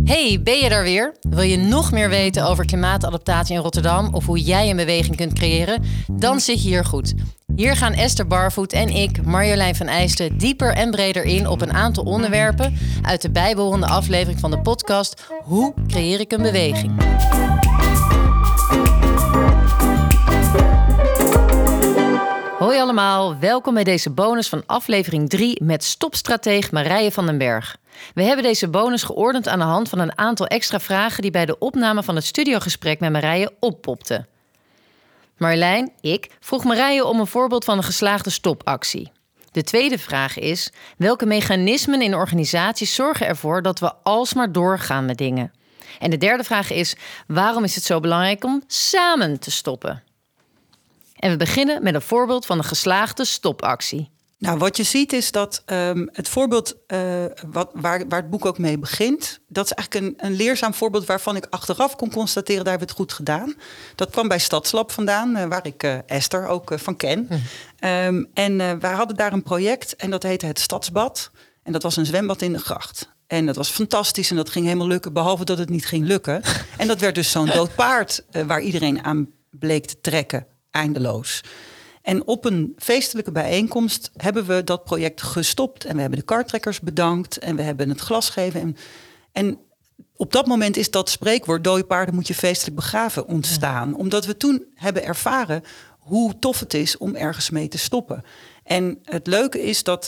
Hey, ben je daar weer? Wil je nog meer weten over klimaatadaptatie in Rotterdam of hoe jij een beweging kunt creëren? Dan zit je hier goed. Hier gaan Esther Barvoet en ik, Marjolein van Eijsten, dieper en breder in op een aantal onderwerpen uit de bijbehorende aflevering van de podcast Hoe creëer ik een beweging? Hoi allemaal, welkom bij deze bonus van aflevering 3 met stopstrateeg Marije van den Berg. We hebben deze bonus geordend aan de hand van een aantal extra vragen die bij de opname van het studiogesprek met Marije oppopten. Marjolein, ik, vroeg Marije om een voorbeeld van een geslaagde stopactie. De tweede vraag is, welke mechanismen in organisaties zorgen ervoor dat we alsmaar doorgaan met dingen? En de derde vraag is, waarom is het zo belangrijk om samen te stoppen? En we beginnen met een voorbeeld van een geslaagde stopactie. Nou, wat je ziet is dat het voorbeeld waar het boek ook mee begint, dat is eigenlijk een leerzaam voorbeeld waarvan ik achteraf kon constateren, daar hebben we het goed gedaan. Dat kwam bij Stadslab vandaan, waar ik Esther ook van ken. Wij hadden daar een project en dat heette het Stadsbad. En dat was een zwembad in de gracht. En dat was fantastisch en dat ging helemaal lukken, behalve dat het niet ging lukken. En dat werd dus zo'n dood paard waar iedereen aan bleek te trekken, eindeloos. En op een feestelijke bijeenkomst hebben we dat project gestopt. En we hebben de kartrekkers bedankt. En we hebben het glas gegeven. En op dat moment is dat spreekwoord, dode paarden moet je feestelijk begraven, ontstaan. Ja. Omdat we toen hebben ervaren hoe tof het is om ergens mee te stoppen. En het leuke is dat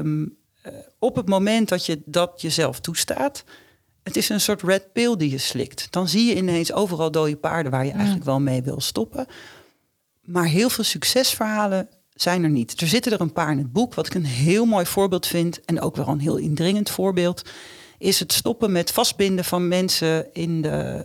op het moment dat je dat jezelf toestaat, het is een soort red pill die je slikt. Dan zie je ineens overal dode paarden waar je eigenlijk wel mee wil stoppen. Maar heel veel succesverhalen zijn er niet. Er zitten er een paar in het boek. Wat ik een heel mooi voorbeeld vind, en ook wel een heel indringend voorbeeld, is het stoppen met vastbinden van mensen in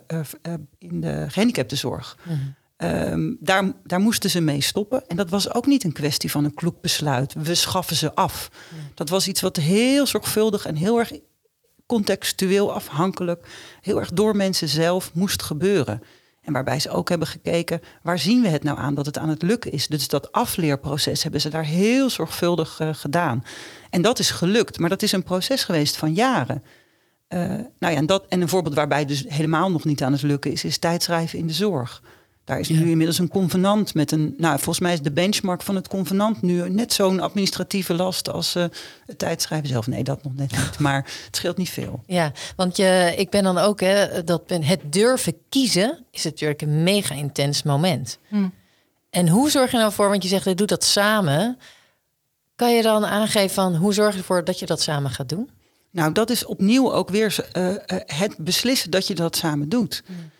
de gehandicaptenzorg. Mm-hmm. Daar moesten ze mee stoppen. En dat was ook niet een kwestie van een kloek besluit. We schaffen ze af. Mm. Dat was iets wat heel zorgvuldig en heel erg contextueel afhankelijk, heel erg door mensen zelf moest gebeuren. En waarbij ze ook hebben gekeken, waar zien we het nou aan dat het aan het lukken is? Dus dat afleerproces hebben ze daar heel zorgvuldig gedaan. En dat is gelukt, maar dat is een proces geweest van jaren. En een voorbeeld waarbij het dus helemaal nog niet aan het lukken is tijdschrijven in de zorg. Daar is nu inmiddels een convenant met volgens mij is de benchmark van het convenant nu net zo'n administratieve last als het tijdschrijven zelf. Nee, dat nog net niet, maar het scheelt niet veel. Ja, want ik ben dan ook, het durven kiezen is natuurlijk een mega intens moment. En hoe zorg je nou voor, want je zegt, je doet dat samen. Kan je dan aangeven van, hoe zorg je ervoor dat je dat samen gaat doen? Nou, dat is opnieuw ook weer het beslissen dat je dat samen doet.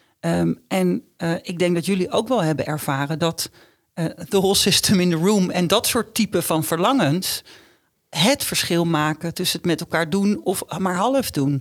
Ik denk dat jullie ook wel hebben ervaren dat the whole system in the room en dat soort type van verlangens het verschil maken tussen het met elkaar doen of maar half doen.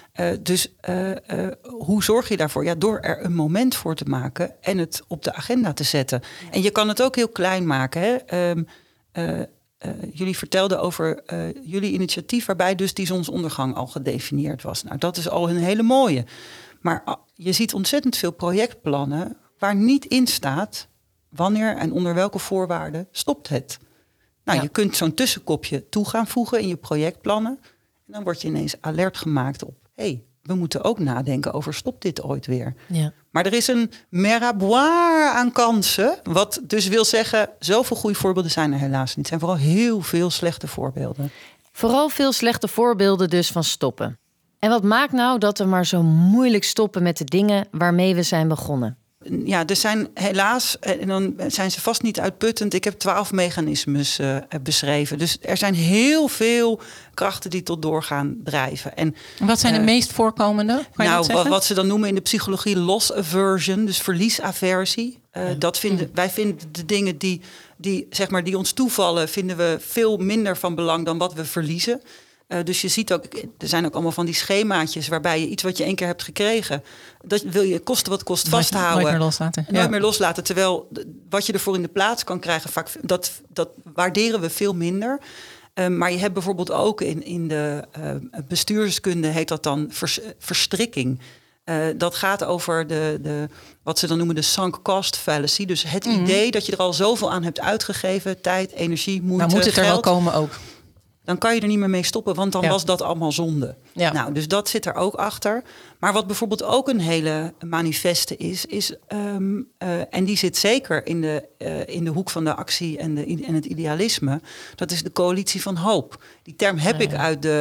Hoe zorg je daarvoor? Ja, door er een moment voor te maken en het op de agenda te zetten. En je kan het ook heel klein maken. Hè? Jullie vertelden over jullie initiatief waarbij dus die zonsondergang al gedefinieerd was. Nou, dat is al een hele mooie. Maar je ziet ontzettend veel projectplannen waar niet in staat wanneer en onder welke voorwaarden stopt het. Nou, Je kunt zo'n tussenkopje toe gaan voegen in je projectplannen. En dan word je ineens alert gemaakt op, we moeten ook nadenken over stopt dit ooit weer. Ja. Maar er is een meraboire aan kansen. Wat dus wil zeggen, zoveel goede voorbeelden zijn er helaas niet. Er zijn vooral heel veel slechte voorbeelden. Vooral veel slechte voorbeelden dus van stoppen. En wat maakt nou dat we maar zo moeilijk stoppen met de dingen waarmee we zijn begonnen? Ja, er zijn helaas, en dan zijn ze vast niet uitputtend. Ik heb 12 mechanismes beschreven. Dus er zijn heel veel krachten die tot doorgaan drijven. En wat zijn de meest voorkomende? Wat ze dan noemen in de psychologie loss aversion, dus verliesaversie. Wij vinden de dingen die ons toevallen, vinden we veel minder van belang dan wat we verliezen. Dus je ziet ook, er zijn ook allemaal van die schemaatjes waarbij je iets wat je 1 keer hebt gekregen, dat wil je koste wat kost vasthouden. Nooit meer loslaten. Nooit meer loslaten. Terwijl wat je ervoor in de plaats kan krijgen, vaak dat waarderen we veel minder. Maar je hebt bijvoorbeeld ook in de bestuurskunde heet dat dan verstrikking. Dat gaat over wat ze dan noemen de sunk cost fallacy. Dus het idee dat je er al zoveel aan hebt uitgegeven, tijd, energie, moeite, nou moet het er geld. wel komen ook. dan kan je er niet meer mee stoppen, want dan was dat allemaal zonde. Ja. Nou, dus dat zit er ook achter. Maar wat bijvoorbeeld ook een hele manifeste is en die zit zeker in de hoek van de actie en het idealisme, dat is de coalitie van hoop. Die term heb ik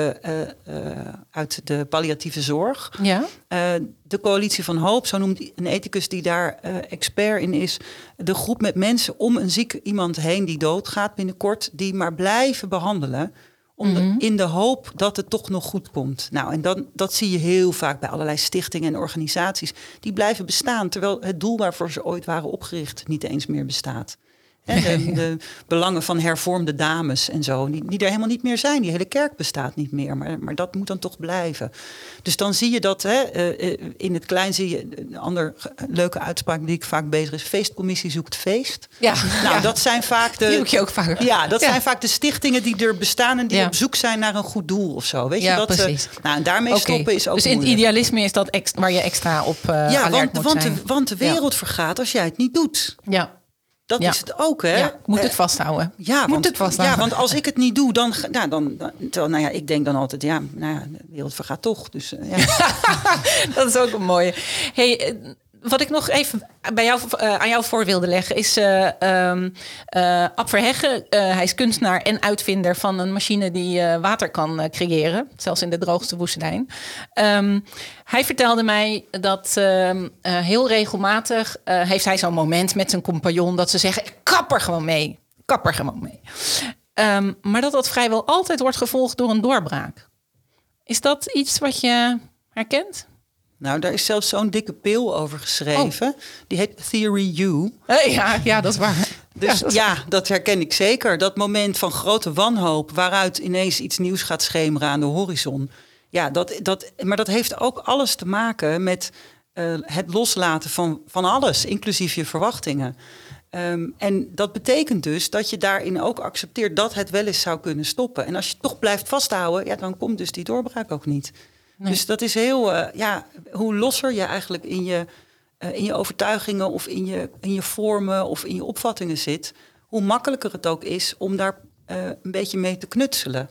uit de palliatieve zorg. Ja. De coalitie van hoop, zo noemt een ethicus die daar expert in is, de groep met mensen om een ziek iemand heen die doodgaat binnenkort, die maar blijven behandelen, in de hoop dat het toch nog goed komt. Nou, en dat zie je heel vaak bij allerlei stichtingen en organisaties. Die blijven bestaan, terwijl het doel waarvoor ze ooit waren opgericht niet eens meer bestaat. De belangen van hervormde dames en zo, die er helemaal niet meer zijn. Die hele kerk bestaat niet meer, maar dat moet dan toch blijven. Dus dan zie je dat, in het klein zie je een andere leuke uitspraak die ik vaak bezig is. Feestcommissie zoekt feest. Ja. Nou, dat zijn vaak die doe ik je ook vaak. Ja, dat zijn vaak de stichtingen die er bestaan en die op zoek zijn naar een goed doel of zo. Weet je, dat, precies. En daarmee stoppen is ook dus in het idealisme is dat waar je extra op alert moet zijn. Want de wereld vergaat als jij het niet doet. Ja. Dat is het ook, hè? Ja, ik moet het vasthouden. Ja, want als ik het niet doe, dan ik denk dan altijd, de wereld vergaat toch. Dus, Dat is ook een mooie. Hey, wat ik nog even aan jou voor wilde leggen is Ab Verheggen. Hij is kunstenaar en uitvinder van een machine die water kan creëren. Zelfs in de droogste woestijn. Hij vertelde mij dat heel regelmatig heeft hij zo'n moment met zijn compagnon dat ze zeggen, kap er gewoon mee. Maar dat vrijwel altijd wordt gevolgd door een doorbraak. Is dat iets wat je herkent? Nou, daar is zelfs zo'n dikke pil over geschreven. Die heet Theory U. Ja, dat is waar. Dus dat herken ik zeker. Dat moment van grote wanhoop, waaruit ineens iets nieuws gaat schemeren aan de horizon. Ja, maar dat heeft ook alles te maken met het loslaten van alles, inclusief je verwachtingen. En dat betekent dus dat je daarin ook accepteert dat het wel eens zou kunnen stoppen. En als je toch blijft vasthouden, dan komt dus die doorbraak ook niet. Nee. Dus dat is heel, hoe losser je eigenlijk in je overtuigingen of in je vormen of in je opvattingen zit, hoe makkelijker het ook is om daar een beetje mee te knutselen.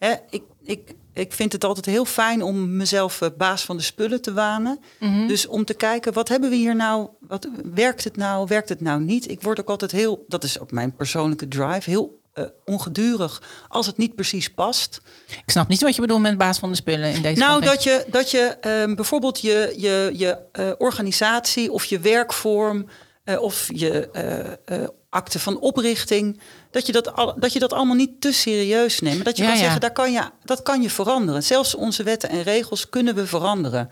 Ik vind het altijd heel fijn om mezelf baas van de spullen te wanen. Mm-hmm. Dus om te kijken, wat hebben we hier nou? Werkt het nou niet? Ik word ook altijd dat is ook mijn persoonlijke drive, heel ongedurig als het niet precies past. Ik snap niet wat je bedoelt met baas van de spullen in deze context. Dat je bijvoorbeeld je organisatie of je werkvorm of je akte van oprichting, dat je dat allemaal niet te serieus neemt. Dat je kan zeggen, dat kan je veranderen. Zelfs onze wetten en regels kunnen we veranderen.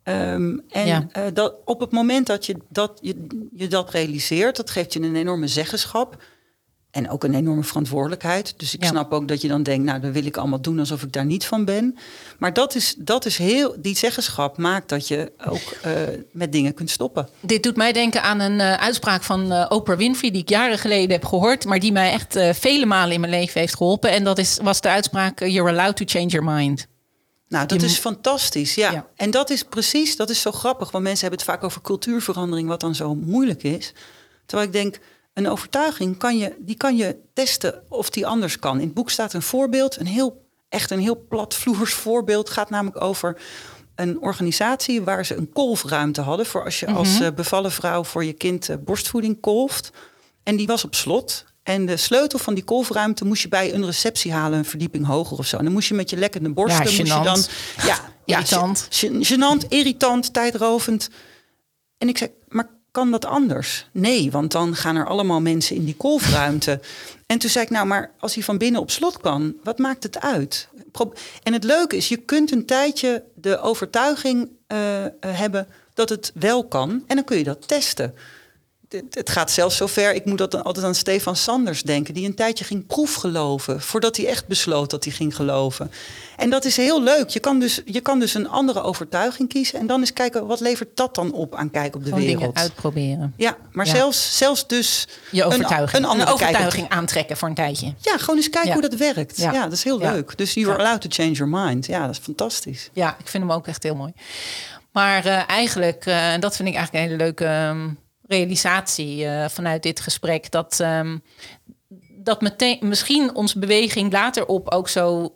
Dat op het moment dat je dat realiseert, dat geeft je een enorme zeggenschap. En ook een enorme verantwoordelijkheid. Dus ik snap ook dat je dan denkt, nou, dan wil ik allemaal doen alsof ik daar niet van ben. Maar dat is die zeggenschap maakt dat je ook met dingen kunt stoppen. Dit doet mij denken aan een uitspraak van Oprah Winfrey, die ik jaren geleden heb gehoord, maar die mij echt vele malen in mijn leven heeft geholpen. En dat was de uitspraak, you're allowed to change your mind. Nou, dat is fantastisch, ja. En dat is zo grappig, want mensen hebben het vaak over cultuurverandering, wat dan zo moeilijk is. Terwijl ik denk, een overtuiging kan je testen of die anders kan. In het boek staat een voorbeeld, een heel platvloers voorbeeld. Gaat namelijk over een organisatie waar ze een kolfruimte hadden voor als je als bevallen vrouw voor je kind borstvoeding kolft. En die was op slot. En de sleutel van die kolfruimte moest je bij een receptie halen, een verdieping hoger of zo. En dan moest je met je lekkende borsten, irritant. Gênant, irritant, tijdrovend. En ik zei, maar kan dat anders? Nee, want dan gaan er allemaal mensen in die kolfruimte. En toen zei ik, nou, maar als hij van binnen op slot kan, wat maakt het uit? En het leuke is, je kunt een tijdje de overtuiging hebben dat het wel kan. En dan kun je dat testen. Het gaat zelfs zover, ik moet dat altijd aan Stefan Sanders denken, die een tijdje ging proefgeloven voordat hij echt besloot dat hij ging geloven. En dat is heel leuk. Je kan dus een andere overtuiging kiezen en dan eens kijken, wat levert dat dan op aan kijk op de wereld. Dingen uitproberen. Ja, maar zelfs dus je overtuiging, een overtuiging aantrekken voor een tijdje. Ja, gewoon eens kijken hoe dat werkt. Ja, dat is heel leuk. Dus you're allowed to change your mind. Ja, dat is fantastisch. Ja, ik vind hem ook echt heel mooi. Maar eigenlijk, dat vind ik eigenlijk een hele leuke realisatie vanuit dit gesprek, dat dat meteen misschien onze beweging later op ook zo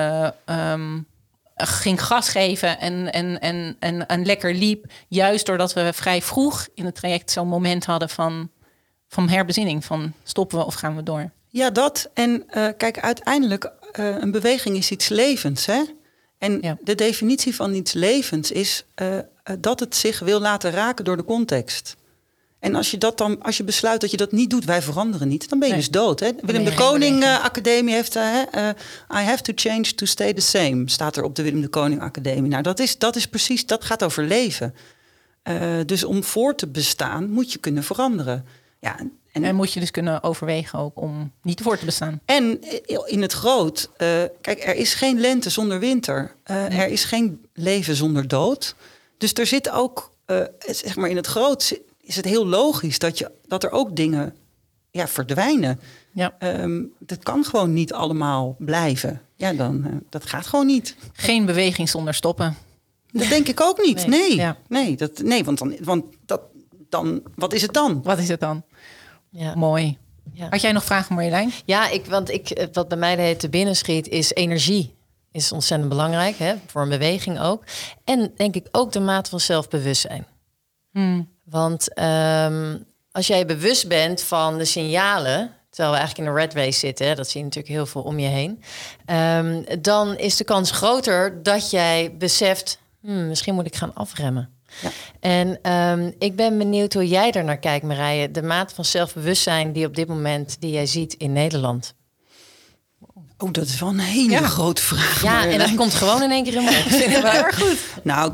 ging gas geven en lekker liep. Juist doordat we vrij vroeg in het traject zo'n moment hadden van herbezinning. Van stoppen we of gaan we door? Ja, dat. En kijk, uiteindelijk, een beweging is iets levends, hè? En de definitie van iets levends is dat het zich wil laten raken door de context. En als je besluit dat je dat niet doet, wij veranderen niet, dan ben je dus dood. Hè? Willem de Koning Academie heeft I have to change to stay the same, staat er op de Willem de Koning Academie. Nou, dat is precies, dat gaat over leven. Dus om voor te bestaan moet je kunnen veranderen. Ja, en moet je dus kunnen overwegen ook om niet voor te bestaan. En in het groot, kijk, er is geen lente zonder winter. Er is geen leven zonder dood. Dus er zit ook, zeg maar in het groot, is het heel logisch dat er ook dingen verdwijnen. Ja. Dat kan gewoon niet allemaal blijven. Ja, dat gaat gewoon niet. Geen beweging zonder stoppen. Dat denk ik ook niet. Nee, want dan, wat is het dan? Wat is het dan? Ja. Mooi. Ja. Had jij nog vragen, Marjolein? Ja, wat bij mij de hele te binnen schiet is energie. Is ontzettend belangrijk, hè? Voor een beweging ook. En denk ik ook de mate van zelfbewustzijn. Want als jij bewust bent van de signalen, terwijl we eigenlijk in een rat race zitten, hè, dat zie je natuurlijk heel veel om je heen, dan is de kans groter dat jij beseft, misschien moet ik gaan afremmen. Ja. En ik ben benieuwd hoe jij er naar kijkt, Marije. De mate van zelfbewustzijn die op dit moment die jij ziet in Nederland. Oh, dat is wel een hele grote vraag. Ja, en dat komt gewoon in één keer in me op. Ik vind het wel erg goed. Nou,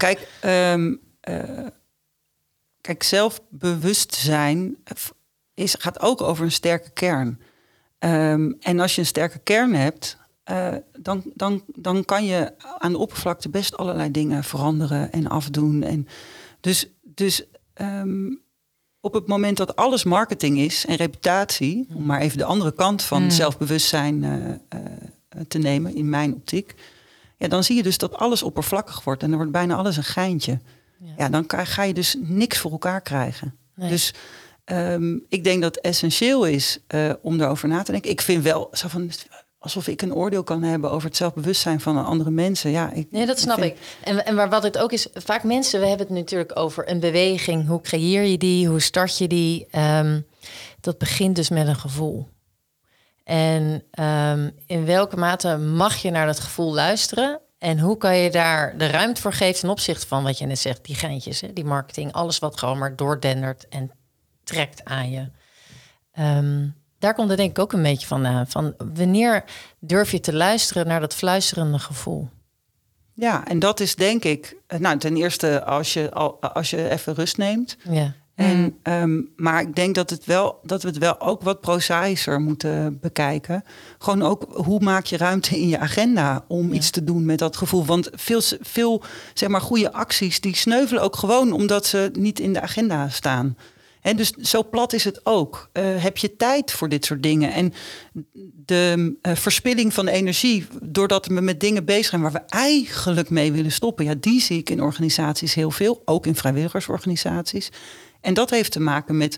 kijk, zelfbewustzijn gaat ook over een sterke kern. En als je een sterke kern hebt, dan kan je aan de oppervlakte best allerlei dingen veranderen en afdoen. En dus op het moment dat alles marketing is en reputatie, om maar even de andere kant van zelfbewustzijn te nemen in mijn optiek, dan zie je dus dat alles oppervlakkig wordt en dan wordt bijna alles een geintje. Ja, dan ga je dus niks voor elkaar krijgen. Nee. Dus ik denk dat het essentieel is om daarover na te denken. Ik vind wel zo van, alsof ik een oordeel kan hebben over het zelfbewustzijn van andere mensen. Ja, nee, dat snap ik. En wat het ook is, vaak mensen, we hebben het natuurlijk over een beweging. Hoe creëer je die? Hoe start je die? Dat begint dus met een gevoel. En in welke mate mag je naar dat gevoel luisteren? En hoe kan je daar de ruimte voor geven ten opzichte van wat je net zegt, die geintjes, hè, die marketing, alles wat gewoon maar doordendert en trekt aan je. Daar komt het denk ik ook een beetje vandaan. Van wanneer durf je te luisteren naar dat fluisterende gevoel? Ja, en dat is denk ik, ten eerste als je even rust neemt. Ja. Maar ik denk dat we het wel ook wat prozaïscher moeten bekijken. Gewoon ook, hoe maak je ruimte in je agenda om iets te doen met dat gevoel? Want veel zeg maar goede acties die sneuvelen ook gewoon omdat ze niet in de agenda staan. En dus zo plat is het ook. Heb je tijd voor dit soort dingen? En de verspilling van energie, doordat we met dingen bezig zijn waar we eigenlijk mee willen stoppen, die zie ik in organisaties heel veel, ook in vrijwilligersorganisaties. En dat heeft te maken met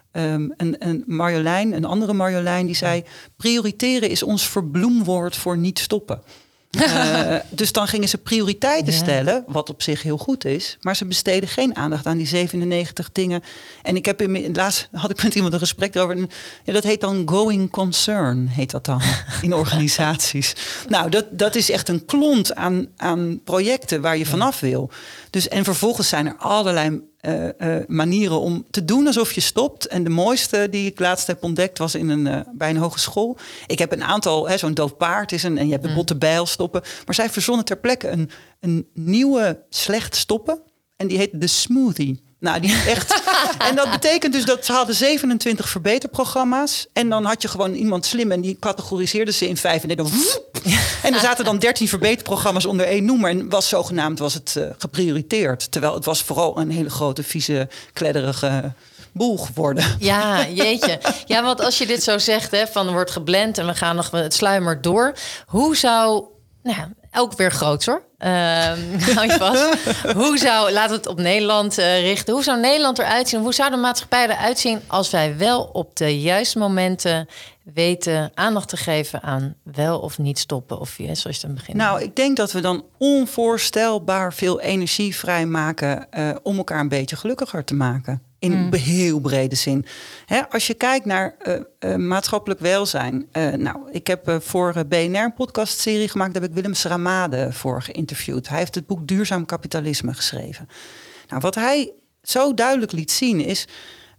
een andere Marjolein, die zei, prioriteren is ons verbloemwoord voor niet stoppen. Dus dan gingen ze prioriteiten stellen, wat op zich heel goed is, maar ze besteden geen aandacht aan die 97 dingen. En ik heb laatst had ik met iemand een gesprek over. Ja, dat heet dan going concern, heet dat dan in organisaties. Nou, dat is echt een klont aan projecten waar je vanaf wil. Dus en vervolgens zijn er allerlei manieren om te doen alsof je stopt. En de mooiste die ik laatst heb ontdekt was bij een hogeschool. Ik heb een aantal, zo'n doof paard is en je hebt de botte bijl stoppen. Maar zij verzonnen ter plekke een nieuwe slecht stoppen. En die heet de smoothie. Nou, die echt. En dat betekent dus dat ze hadden 27 verbeterprogramma's. En dan had je gewoon iemand slim en die categoriseerde ze in 5. En er zaten dan 13 verbeterprogramma's onder één noemer. En was het geprioriteerd. Terwijl het was vooral een hele grote, vieze, kledderige boel geworden. Ja, jeetje. Ja, want als je dit zo zegt, hè, van wordt geblend en we gaan nog het sluimer door. Hoe zou, ook weer groot hoor. Hou je vast. Laten we het op Nederland richten. Hoe zou Nederland eruit zien? Hoe zou de maatschappij eruit zien als wij wel op de juiste momenten weten aandacht te geven aan wel of niet stoppen? Of zoals je het aan het begin. Nou, ik denk dat we dan onvoorstelbaar veel energie vrijmaken om elkaar een beetje gelukkiger te maken. In heel brede zin. Als je kijkt naar maatschappelijk welzijn. Ik heb voor BNR een podcastserie gemaakt. Daar heb ik Willem Sramade voor geïnterviewd. Hij heeft het boek Duurzaam Kapitalisme geschreven. Nou, wat hij zo duidelijk liet zien is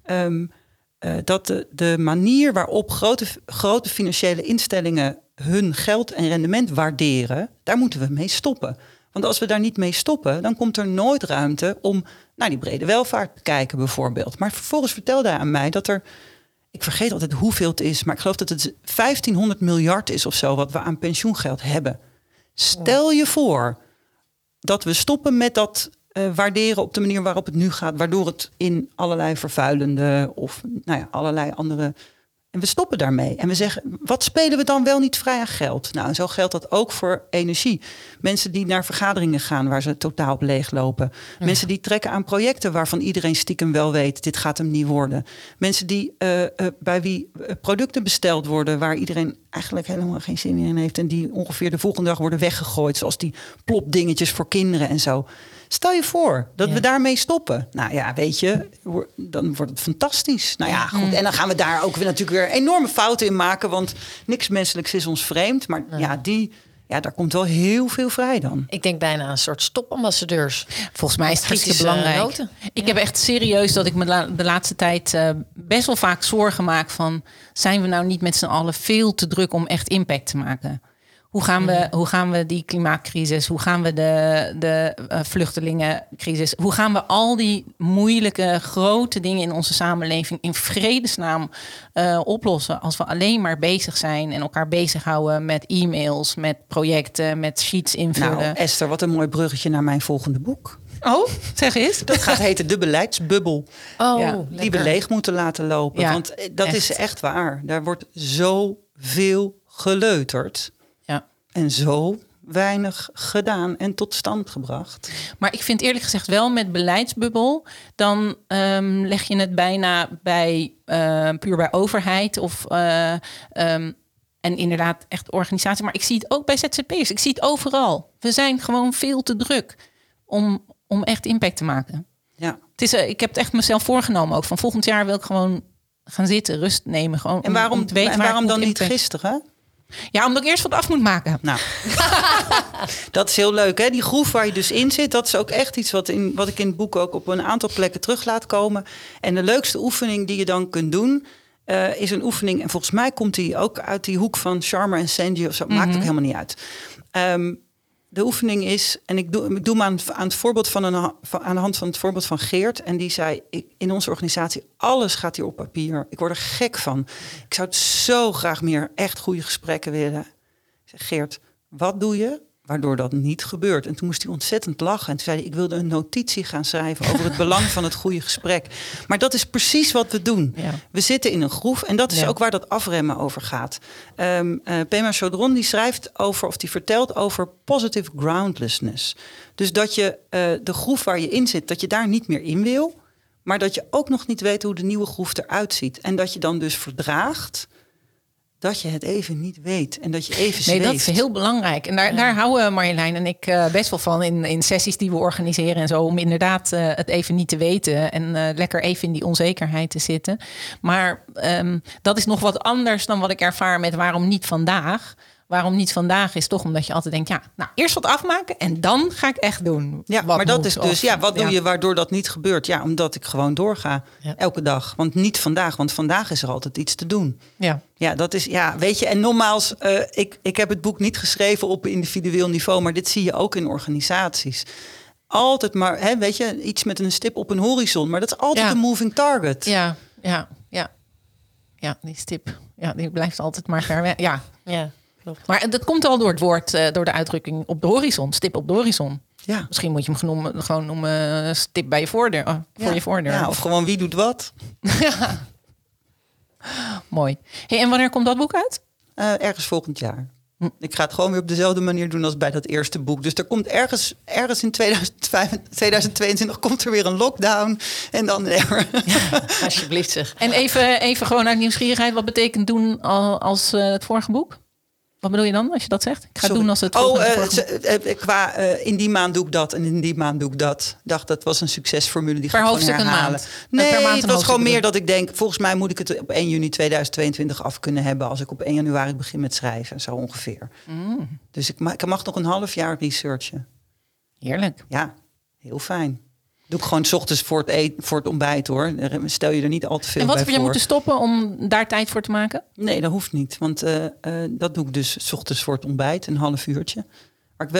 dat de manier waarop grote financiële instellingen hun geld en rendement waarderen, daar moeten we mee stoppen. Want als we daar niet mee stoppen, dan komt er nooit ruimte om naar die brede welvaart te kijken bijvoorbeeld. Maar vervolgens vertelde hij aan mij dat er, ik vergeet altijd hoeveel het is, maar ik geloof dat het 1500 miljard is of zo wat we aan pensioengeld hebben. Stel je voor dat we stoppen met dat waarderen op de manier waarop het nu gaat, waardoor het in allerlei vervuilende of allerlei andere. En we stoppen daarmee. En we zeggen, wat spelen we dan wel niet vrij aan geld? Nou, en zo geldt dat ook voor energie. Mensen die naar vergaderingen gaan waar ze totaal op leeglopen. Ja. Mensen die trekken aan projecten waarvan iedereen stiekem wel weet, dit gaat hem niet worden. Mensen die bij wie producten besteld worden waar iedereen eigenlijk helemaal geen zin in heeft en die ongeveer de volgende dag worden weggegooid, zoals die plopdingetjes voor kinderen en zo. Stel je voor dat we daarmee stoppen. Nou ja, weet je, dan wordt het fantastisch. Nou ja, goed. En dan gaan we daar ook weer natuurlijk weer enorme fouten in maken. Want niks menselijks is ons vreemd. Maar daar komt wel heel veel vrij dan. Ik denk bijna aan een soort stopambassadeurs. Volgens mij is het hartstikke belangrijk. Ik heb echt serieus dat ik me de laatste tijd best wel vaak zorgen maak van, zijn we nou niet met z'n allen veel te druk om echt impact te maken? Hoe gaan we die klimaatcrisis? Hoe gaan we de vluchtelingencrisis? Hoe gaan we al die moeilijke, grote dingen in onze samenleving in vredesnaam oplossen als we alleen maar bezig zijn en elkaar bezighouden met e-mails, met projecten, met sheets invullen? Nou, Esther, wat een mooi bruggetje naar mijn volgende boek. Oh, zeg eens. Dat gaat heten De Beleidsbubbel. Die we leeg moeten laten lopen. Ja, want dat is echt waar. Daar wordt zoveel geleuterd. En zo weinig gedaan en tot stand gebracht. Maar ik vind eerlijk gezegd wel met beleidsbubbel, dan leg je het bijna bij puur bij overheid of en inderdaad echt organisatie. Maar ik zie het ook bij ZZP'ers. Ik zie het overal. We zijn gewoon veel te druk om echt impact te maken. Ja. Het is, ik heb het echt mezelf voorgenomen ook. Van volgend jaar wil ik gewoon gaan zitten, rust nemen. Gewoon en waarom, om te weten waarom dan niet gisteren? Ja, omdat ik eerst wat af moet maken. Nou, dat is heel leuk, hè? Die groef waar je dus in zit, dat is ook echt iets wat ik in het boek ook op een aantal plekken terug laat komen. En de leukste oefening die je dan kunt doen, is een oefening. En volgens mij komt die ook uit die hoek van Sharma en Sanji of zo. Maakt ook helemaal niet uit. De oefening is, en ik doe hem aan het voorbeeld aan de hand van het voorbeeld van Geert. En die zei, in onze organisatie, alles gaat hier op papier. Ik word er gek van. Ik zou het zo graag meer echt goede gesprekken willen. Ik zeg, Geert, wat doe je waardoor dat niet gebeurt? En toen moest hij ontzettend lachen. En toen zei hij, ik wilde een notitie gaan schrijven over het belang van het goede gesprek. Maar dat is precies wat we doen. Ja. We zitten in een groef en dat is ook waar dat afremmen over gaat. Pema Chodron die schrijft over, of die vertelt over positive groundlessness. Dus dat je de groef waar je in zit, dat je daar niet meer in wil, maar dat je ook nog niet weet hoe de nieuwe groef eruit ziet. En dat je dan dus verdraagt dat je het even niet weet en dat je even zweeft. Nee, dat is heel belangrijk. En daar houden Marjolein en ik best wel van in sessies die we organiseren en zo, om inderdaad het even niet te weten en lekker even in die onzekerheid te zitten. Maar dat is nog wat anders dan wat ik ervaar met waarom niet vandaag. Waarom niet vandaag is toch omdat je altijd denkt, eerst wat afmaken en dan ga ik echt doen. Ja, maar dat is dus, wat doe je waardoor dat niet gebeurt? Ja, omdat ik gewoon doorga elke dag. Want niet vandaag, want vandaag is er altijd iets te doen. Ja, dat is, weet je, en nogmaals, ik heb het boek niet geschreven op individueel niveau, maar dit zie je ook in organisaties. Altijd maar, weet je, iets met een stip op een horizon, maar dat is altijd een moving target. Ja, die stip, die blijft altijd maar ver weg. Ja. Maar dat komt al door het woord, door de uitdrukking op de horizon, stip op de horizon. Ja. Misschien moet je hem gewoon noemen stip bij je voordeur, voor je voordeur. Ja, of gewoon wie doet wat. Mooi. Hey, en wanneer komt dat boek uit? Ergens volgend jaar. Ik ga het gewoon weer op dezelfde manier doen als bij dat eerste boek. Dus er komt ergens in 2022 komt er weer een lockdown. En dan Alsjeblieft zeg. En even gewoon uit nieuwsgierigheid. Wat betekent doen als het vorige boek? Wat bedoel je dan als je dat zegt? Ik ga doen als het vorige boek. In die maand doe ik dat en in die maand doe ik dat. Dacht dat was een succesformule. Die per ga ik hoofdstuk gewoon herhalen. Een maand? Nee, per maand het was gewoon meer dat ik denk... Volgens mij moet ik het op 1 juni 2022 af kunnen hebben... als ik op 1 januari begin met schrijven. Zo ongeveer. Dus ik mag nog een half jaar researchen. Heerlijk. Ja, heel fijn. Doe ik gewoon 's ochtends voor het ontbijt, hoor. Stel je er niet al te veel bij voor. En wat heb je moeten stoppen om daar tijd voor te maken? Nee, dat hoeft niet. Want dat doe ik dus 's ochtends voor het ontbijt, een half uurtje. Maar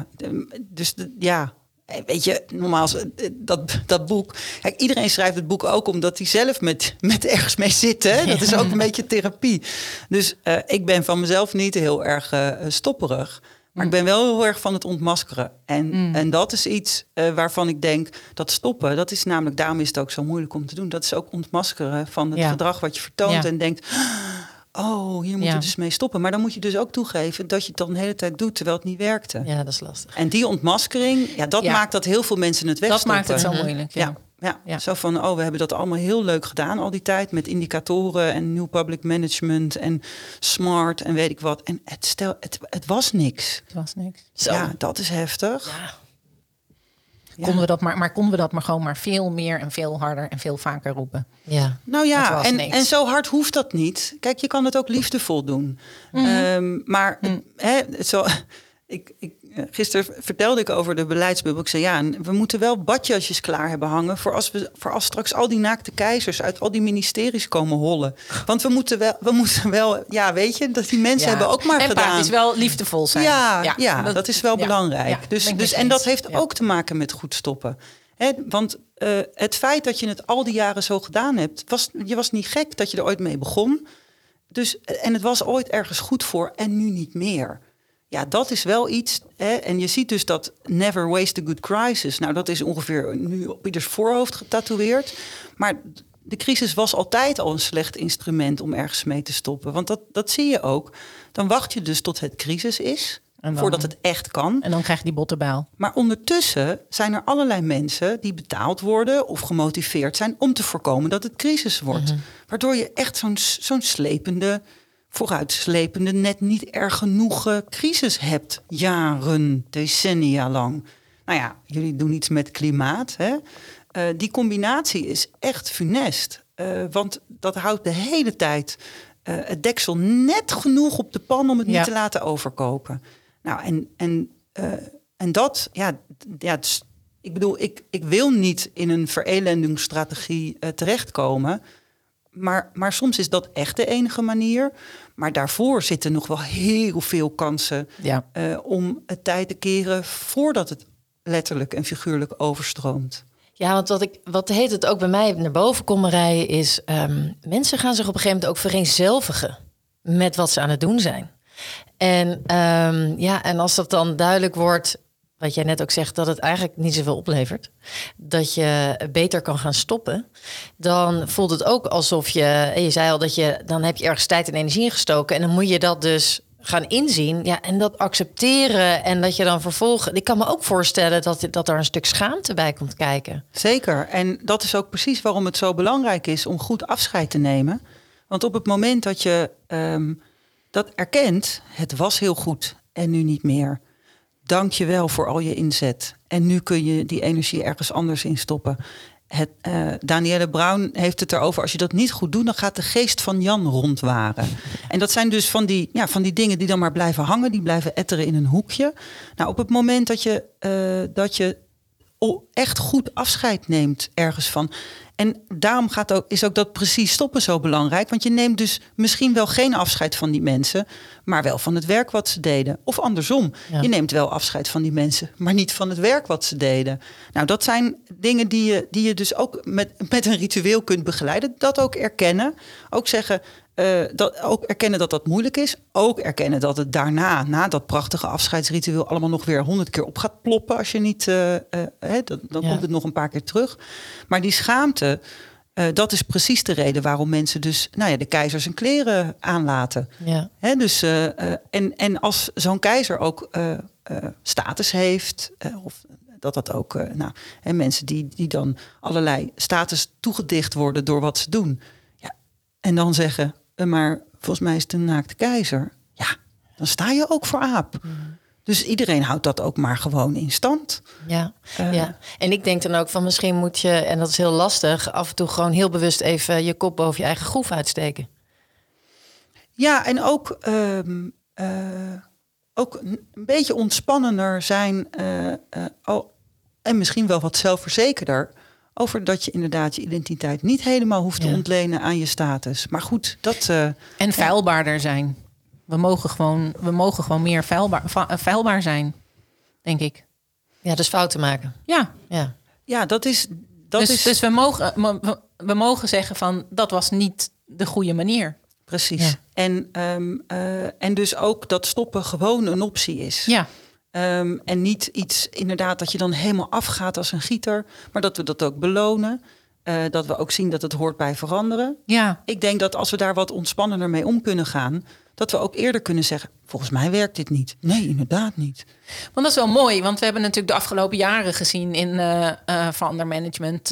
weet je, normaal dat boek... Kijk, iedereen schrijft het boek ook omdat hij zelf met ergens mee zit. Hè? Dat is ook een beetje therapie. Dus ik ben van mezelf niet heel erg stopperig. Maar ik ben wel heel erg van het ontmaskeren. En dat is iets waarvan ik denk, dat stoppen, dat is namelijk, daarom is het ook zo moeilijk om te doen. Dat is ook ontmaskeren van het gedrag wat je vertoont en denkt, oh, hier moet je dus mee stoppen. Maar dan moet je dus ook toegeven dat je het dan de hele tijd doet, terwijl het niet werkte. Ja, dat is lastig. En die ontmaskering, dat maakt dat heel veel mensen het wegstoppen. Dat maakt het zo moeilijk, Ja, zo van, we hebben dat allemaal heel leuk gedaan al die tijd... met indicatoren en new public management en smart en weet ik wat. En het was niks. Het was niks. Zo. Ja, dat is heftig. Ja. Konden we dat maar gewoon maar veel meer en veel harder en veel vaker roepen? Ja. Nou ja, en zo hard hoeft dat niet. Kijk, je kan het ook liefdevol doen. Gisteren vertelde ik over de beleidsbubbel. Ik zei, we moeten wel badjasjes klaar hebben hangen... voor als straks al die naakte keizers uit al die ministeries komen hollen. Want we moeten wel, weet je, dat die mensen hebben ook maar gedaan. En het is wel liefdevol zijn. Ja, dat is wel belangrijk. En dat heeft ook te maken met goed stoppen. Want het feit dat je het al die jaren zo gedaan hebt... je was niet gek dat je er ooit mee begon. En het was ooit ergens goed voor en nu niet meer... Ja, dat is wel iets. En je ziet dus dat never waste a good crisis. Nou, dat is ongeveer nu op ieders voorhoofd getatoeëerd. Maar de crisis was altijd al een slecht instrument om ergens mee te stoppen. Want dat zie je ook. Dan wacht je dus tot het crisis is, voordat het echt kan. En dan krijg je die bottenbijl. Maar ondertussen zijn er allerlei mensen die betaald worden... of gemotiveerd zijn om te voorkomen dat het crisis wordt. Waardoor je echt zo'n vooruitslepende, net niet erg genoeg crisis hebt. Jaren, decennia lang. Nou ja, jullie doen iets met klimaat. Hè? Die combinatie is echt funest. Want dat houdt de hele tijd het deksel net genoeg op de pan... om het niet te laten overkoken. Nou, en dat... ik bedoel, ik wil niet in een verelendingsstrategie terechtkomen... Maar soms is dat echt de enige manier. Maar daarvoor zitten nog wel heel veel kansen... om het tijd te keren voordat het letterlijk en figuurlijk overstroomt. Ja, want wat heet het ook bij mij naar boven komen rijden... is mensen gaan zich op een gegeven moment ook vereenzelvigen... met wat ze aan het doen zijn. En als dat dan duidelijk wordt... wat jij net ook zegt, dat het eigenlijk niet zoveel oplevert... dat je beter kan gaan stoppen... dan voelt het ook alsof je zei al dat dan heb je ergens tijd en energie in gestoken... en dan moet je dat dus gaan inzien en dat accepteren... en dat je dan vervolgens... Ik kan me ook voorstellen dat er een stuk schaamte bij komt kijken. Zeker, en dat is ook precies waarom het zo belangrijk is... om goed afscheid te nemen. Want op het moment dat je dat erkent... het was heel goed en nu niet meer... Dank je wel voor al je inzet. En nu kun je die energie ergens anders in stoppen. Danielle Brown heeft het erover... als je dat niet goed doet, dan gaat de geest van Jan rondwaren. En dat zijn dus van die dingen die dan maar blijven hangen... die blijven etteren in een hoekje. Nou, op het moment dat je echt goed afscheid neemt ergens van... En daarom is ook dat precies stoppen zo belangrijk. Want je neemt dus misschien wel geen afscheid van die mensen... maar wel van het werk wat ze deden. Of andersom, je neemt wel afscheid van die mensen... maar niet van het werk wat ze deden. Nou, dat zijn dingen die je dus ook met een ritueel kunt begeleiden. Dat ook erkennen. Ook zeggen... ook erkennen dat dat moeilijk is. Ook erkennen dat het daarna, na dat prachtige afscheidsritueel... allemaal nog weer 100 keer op gaat ploppen. Als je niet, dan komt het nog een paar keer terug. Maar die schaamte, Dat is precies de reden waarom mensen dus de keizer zijn kleren aanlaten. Ja. Dus, en als zo'n keizer ook status heeft, of dat ook mensen die dan allerlei status toegedicht worden door wat ze doen. Ja, en dan zeggen, maar volgens mij is het een naakte keizer. Ja, dan sta je ook voor aap. Dus iedereen houdt dat ook maar gewoon in stand. Ja. En ik denk dan ook van misschien moet je, en dat is heel lastig, af en toe gewoon heel bewust even je kop boven je eigen groef uitsteken. Ja, en ook een beetje ontspannender zijn en misschien wel wat zelfverzekerder over dat je inderdaad je identiteit niet helemaal hoeft te ontlenen aan je status. Maar goed, dat... en veilbaarder zijn. We mogen gewoon meer veilbaar zijn, denk ik. Ja, dus fouten maken. Ja, dat is... Dus we mogen zeggen van, dat was niet de goede manier. Precies. Ja. En dus ook dat stoppen gewoon een optie is. Ja. En niet iets inderdaad dat je dan helemaal afgaat als een gieter. Maar dat we dat ook belonen. Dat we ook zien dat het hoort bij veranderen. Ja. Ik denk dat als we daar wat ontspannender mee om kunnen gaan, dat we ook eerder kunnen zeggen, volgens mij werkt dit niet. Nee, inderdaad niet. Want dat is wel mooi, want we hebben natuurlijk de afgelopen jaren gezien in verandermanagement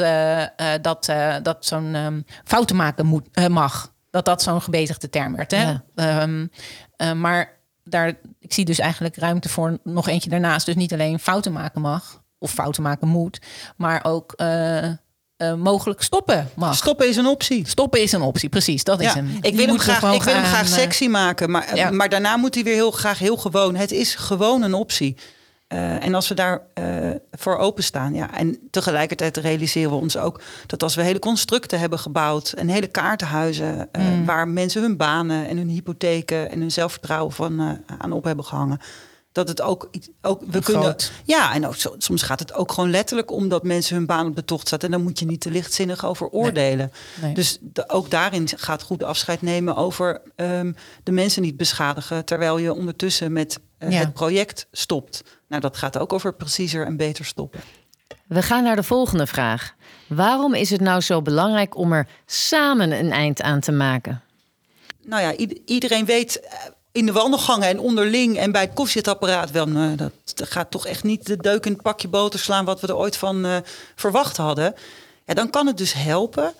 dat zo'n fouten maken mag. Dat zo'n gebezigde term werd. Hè? Ja. Maar ik zie dus eigenlijk ruimte voor nog eentje daarnaast. Dus niet alleen fouten maken mag of fouten maken moet, maar ook mogelijk stoppen mag. Stoppen is een optie. Stoppen is een optie, precies. Dat is hem. Ik wil hem graag sexy maken, maar daarna moet hij weer heel gewoon. Het is gewoon een optie. En als we daar voor openstaan, en tegelijkertijd realiseren we ons ook dat als we hele constructen hebben gebouwd en hele kaartenhuizen waar mensen hun banen en hun hypotheken en hun zelfvertrouwen aan op hebben gehangen, dat het ook we kunnen. Ja, en ook soms gaat het ook gewoon letterlijk om dat mensen hun baan op de tocht zetten. En dan moet je niet te lichtzinnig over oordelen. Nee. Dus ook daarin gaat goed afscheid nemen over de mensen niet beschadigen, terwijl je ondertussen met het project stopt. Nou, dat gaat ook over preciezer en beter stoppen. We gaan naar de volgende vraag. Waarom is het nou zo belangrijk om er samen een eind aan te maken? Nou ja, iedereen weet in de wandelgangen en onderling en bij het koffiezetapparaat wel, dat gaat toch echt niet de deuk in het pakje boter slaan wat we er ooit van verwacht hadden. Ja, dan kan het dus helpen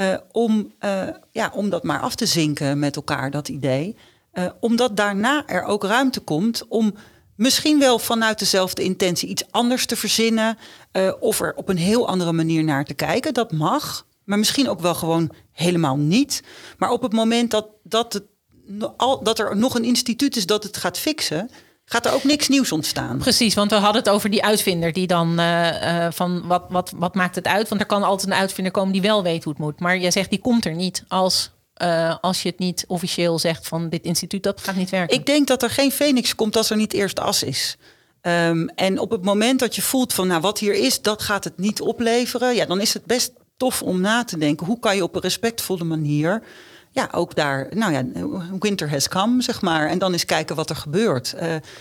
om dat maar af te zinken met elkaar, dat idee. Omdat daarna er ook ruimte komt om misschien wel vanuit dezelfde intentie iets anders te verzinnen, of er op een heel andere manier naar te kijken. Dat mag, maar misschien ook wel gewoon helemaal niet. Maar op het moment dat er nog een instituut is dat het gaat fixen, gaat er ook niks nieuws ontstaan. Precies, want we hadden het over die uitvinder die dan van wat maakt het uit? Want er kan altijd een uitvinder komen die wel weet hoe het moet. Maar jij zegt die komt er niet als je het niet officieel zegt van dit instituut, dat gaat niet werken. Ik denk dat er geen Phoenix komt als er niet eerst as is. En op het moment dat je voelt van wat hier is, dat gaat het niet opleveren. Ja, dan is het best tof om na te denken. Hoe kan je op een respectvolle manier ook daar, winter has come, zeg maar. En dan eens kijken wat er gebeurt.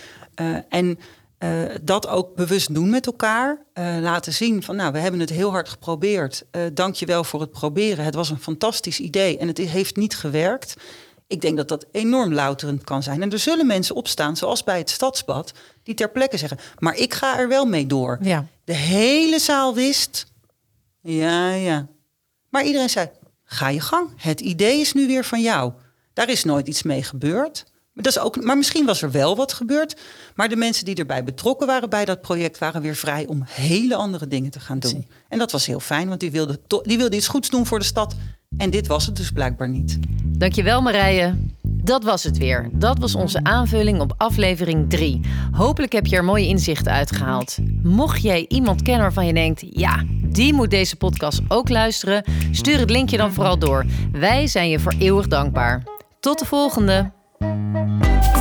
Dat ook bewust doen met elkaar. Laten zien van, we hebben het heel hard geprobeerd. Dank je wel voor het proberen. Het was een fantastisch idee en het heeft niet gewerkt. Ik denk dat dat enorm louterend kan zijn. En er zullen mensen opstaan, zoals bij het Stadsbad, die ter plekke zeggen, maar ik ga er wel mee door. Ja. De hele zaal wist, ja. Maar iedereen zei, ga je gang. Het idee is nu weer van jou. Daar is nooit iets mee gebeurd. Maar misschien was er wel wat gebeurd. Maar de mensen die erbij betrokken waren bij dat project waren weer vrij om hele andere dingen te gaan doen. En dat was heel fijn, want die wilde iets goeds doen voor de stad. En dit was het dus blijkbaar niet. Dankjewel Marije. Dat was het weer. Dat was onze aanvulling op aflevering 3. Hopelijk heb je er mooie inzichten uitgehaald. Mocht jij iemand kennen waarvan je denkt, ja, die moet deze podcast ook luisteren, stuur het linkje dan vooral door. Wij zijn je voor eeuwig dankbaar. Tot de volgende.